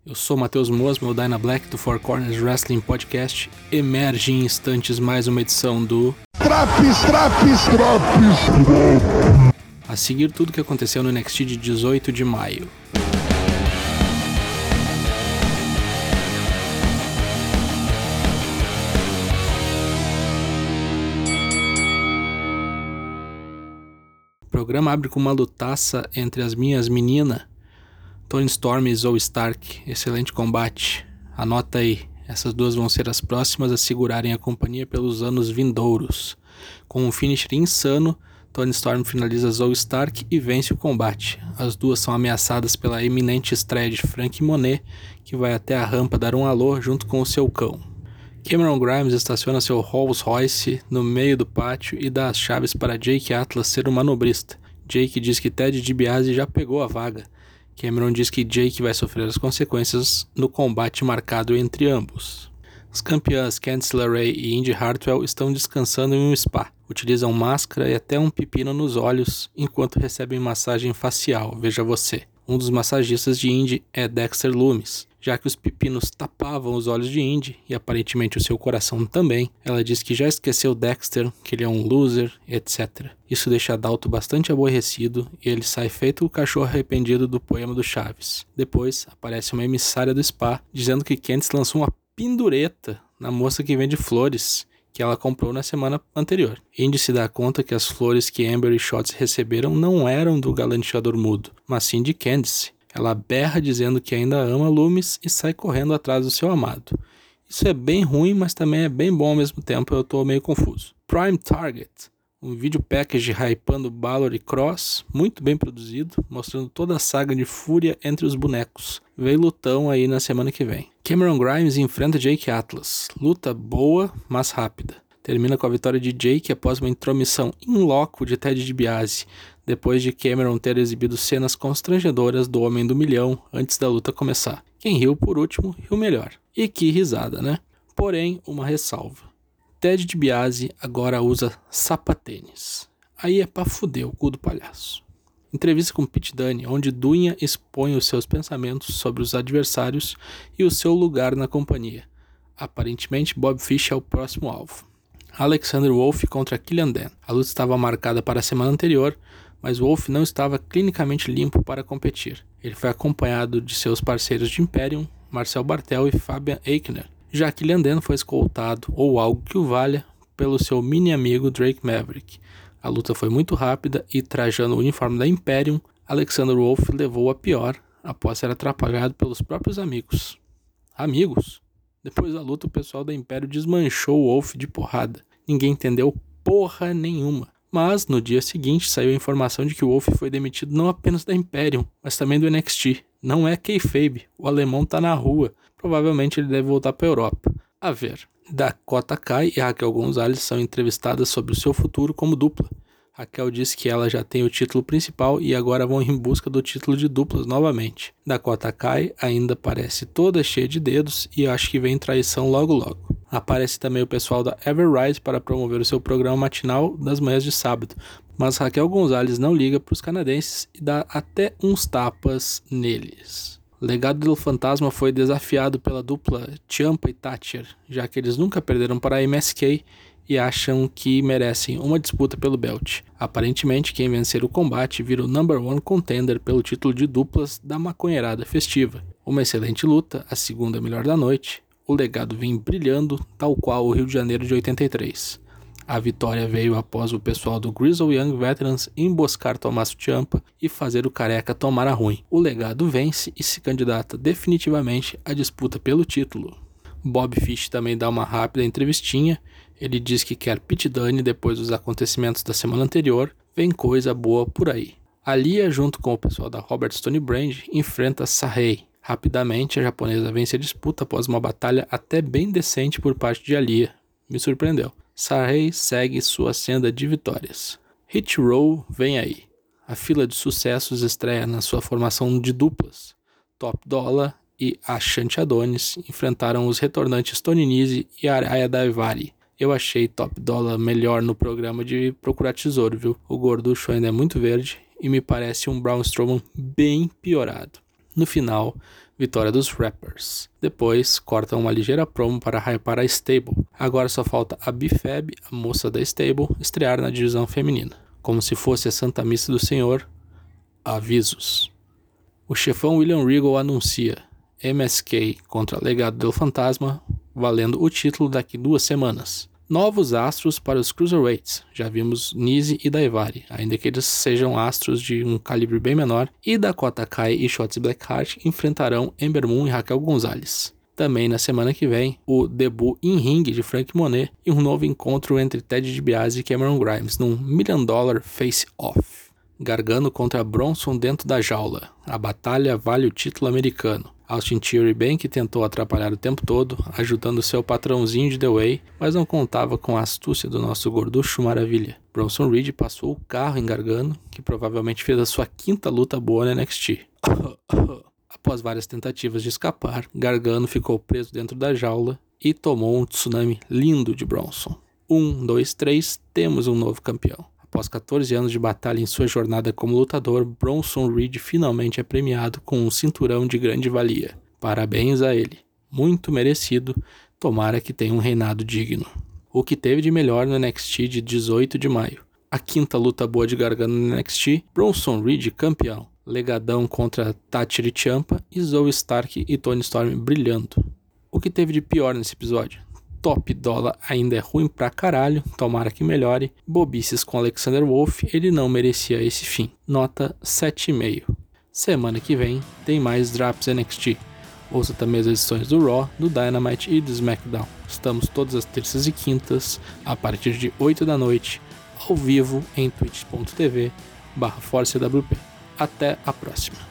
Eu sou Matheus Mosman, o Dyna Black do Four Corners Wrestling Podcast. Emerge em instantes mais uma edição do Traps. A seguir tudo o que aconteceu no NXT de 18 de maio. O programa abre com uma lutaça entre as minhas meninas, Toni Storm e Zoe Stark. Excelente combate. Anota aí, essas duas vão ser as próximas a segurarem a companhia pelos anos vindouros. Com um finisher insano, Toni Storm finaliza Zoe Stark e vence o combate. As duas são ameaçadas pela eminente estreia de Franky Monet, que vai até a rampa dar um alô junto com o seu cão. Cameron Grimes estaciona seu Rolls Royce no meio do pátio e dá as chaves para Jake Atlas ser o manobrista. Jake diz que Ted DiBiase já pegou a vaga. Cameron diz que Jake vai sofrer as consequências no combate marcado entre ambos. As campeãs Candice LeRae e Indi Hartwell estão descansando em um spa. Utilizam máscara e até um pepino nos olhos enquanto recebem massagem facial, veja você. Um dos massagistas de Indi é Dexter Lumis. Já que os pepinos tapavam os olhos de Indi, e aparentemente o seu coração também, ela diz que já esqueceu Dexter, que ele é um loser, etc. Isso deixa Dalton bastante aborrecido e ele sai feito o cachorro arrependido do poema do Chaves. Depois, aparece uma emissária do spa, dizendo que Candice lançou uma pendureta na moça que vende flores, que ela comprou na semana anterior. Indi se dá conta que as flores que Amber e Shotzi receberam não eram do galanteador mudo, mas sim de Candice. Ela berra dizendo que ainda ama Lumis e sai correndo atrás do seu amado. Isso é bem ruim, mas também é bem bom ao mesmo tempo, eu tô meio confuso. Prime Target, um vídeo package hypando Balor e Cross, muito bem produzido, mostrando toda a saga de fúria entre os bonecos. Vem lutão aí na semana que vem. Cameron Grimes enfrenta Jake Atlas. Luta boa, mas rápida. Termina com a vitória de Jake após uma intromissão in loco de Ted DiBiase, depois de Cameron ter exibido cenas constrangedoras do Homem do Milhão antes da luta começar. Quem riu por último, riu melhor. E que risada, né? Porém, uma ressalva. Ted DiBiase agora usa sapatênis. Aí é pra fuder o cu do palhaço. Entrevista com Pete Dunne, onde Dunha expõe os seus pensamentos sobre os adversários e o seu lugar na companhia. Aparentemente, Bob Fish é o próximo alvo. Alexander Wolf contra Killian Dann. A luta estava marcada para a semana anterior, mas Wolf não estava clinicamente limpo para competir. Ele foi acompanhado de seus parceiros de Imperium, Marcel Barthel e Fabian Aichner. Já Killian Dann foi escoltado, ou algo que o valha, pelo seu mini amigo Drake Maverick. A luta foi muito rápida e, trajando o uniforme da Imperium, Alexander Wolf levou a pior após ser atrapalhado pelos próprios amigos. Amigos? Depois da luta, o pessoal da Império desmanchou o Wolf de porrada. Ninguém entendeu porra nenhuma. Mas, no dia seguinte, saiu a informação de que o Wolf foi demitido não apenas da Imperium, mas também do NXT. Não é kayfabe, o alemão tá na rua. Provavelmente ele deve voltar pra Europa. A ver. Dakota Kai e Raquel Gonzalez são entrevistadas sobre o seu futuro como dupla. Raquel diz que ela já tem o título principal e agora vão em busca do título de duplas novamente. Dakota Kai ainda parece toda cheia de dedos e acho que vem traição logo logo. Aparece também o pessoal da Everrise para promover o seu programa matinal das manhãs de sábado, mas Raquel Gonzalez não liga para os canadenses e dá até uns tapas neles. Legado do Fantasma foi desafiado pela dupla Ciampa e Thatcher, já que eles nunca perderam para a MSK e acham que merecem uma disputa pelo belt. Aparentemente, quem vencer o combate vira o #1 contender pelo título de duplas da maconheirada festiva. Uma excelente luta, a segunda melhor da noite. O legado vem brilhando, tal qual o Rio de Janeiro de 83. A vitória veio após o pessoal do Grizzled Young Veterans emboscar Tommaso Ciampa e fazer o careca tomar a ruim. O legado vence e se candidata definitivamente à disputa pelo título. Bob Fish também dá uma rápida entrevistinha. Ele diz que quer Pete Dunne depois dos acontecimentos da semana anterior. Vem coisa boa por aí. A Lia, junto com o pessoal da Robert Stone Brand, enfrenta Sarrey. Rapidamente, a japonesa vence a disputa após uma batalha até bem decente por parte de Alia. Me surpreendeu. Sarrey segue sua senda de vitórias. Hit Row vem aí. A fila de sucessos estreia na sua formação de duplas. Top Dollar e Ashanti Adonis enfrentaram os retornantes Tony Nese e Araya Daivari. Eu achei Top Dollar melhor no programa de Procurar Tesouro, viu? O gorducho ainda é muito verde e me parece um Braun Strowman bem piorado. No final, Vitória dos Rappers. Depois, cortam uma ligeira promo para hypar a Stable. Agora só falta a B-Fab, a moça da Stable, estrear na divisão feminina. Como se fosse a Santa Missa do Senhor. Avisos. O chefão William Regal anuncia MSK contra Legado del Fantasma, valendo o título daqui 2 semanas. Novos astros para os Cruiserweights. Já vimos Nise e Daivari, ainda que eles sejam astros de um calibre bem menor. E Dakota Kai e Shotzi Blackheart enfrentarão Ember Moon e Raquel Gonzalez. Também na semana que vem, o debut em ringue de Frank Monet e um novo encontro entre Ted DiBiase e Cameron Grimes num $1 Million Face-Off. Gargano contra Bronson dentro da jaula. A batalha vale o título americano. Austin Theory bem que tentou atrapalhar o tempo todo, ajudando seu patrãozinho de The Way, mas não contava com a astúcia do nosso gorducho maravilha. Bronson Reed passou o carro em Gargano, que provavelmente fez a sua 5ª luta boa na NXT. Após várias tentativas de escapar, Gargano ficou preso dentro da jaula e tomou um tsunami lindo de Bronson. 1, 2, 3, temos um novo campeão. Após 14 anos de batalha em sua jornada como lutador, Bronson Reed finalmente é premiado com um cinturão de grande valia. Parabéns a ele. Muito merecido, tomara que tenha um reinado digno. O que teve de melhor no NXT de 18 de maio. A 5ª luta boa de Gargano no NXT, Bronson Reed campeão. Legadão contra Tachiri Ciampa e Zoe Stark e Toni Storm brilhando. O que teve de pior nesse episódio? Top Dollar ainda é ruim pra caralho, tomara que melhore. Bobices com Alexander Wolf, ele não merecia esse fim. Nota 7,5. Semana que vem tem mais Drops NXT. Ouça também as edições do Raw, do Dynamite e do SmackDown. Estamos todas as terças e quintas, a partir de 8 da noite, ao vivo em twitch.tv/ForceWP. Até a próxima.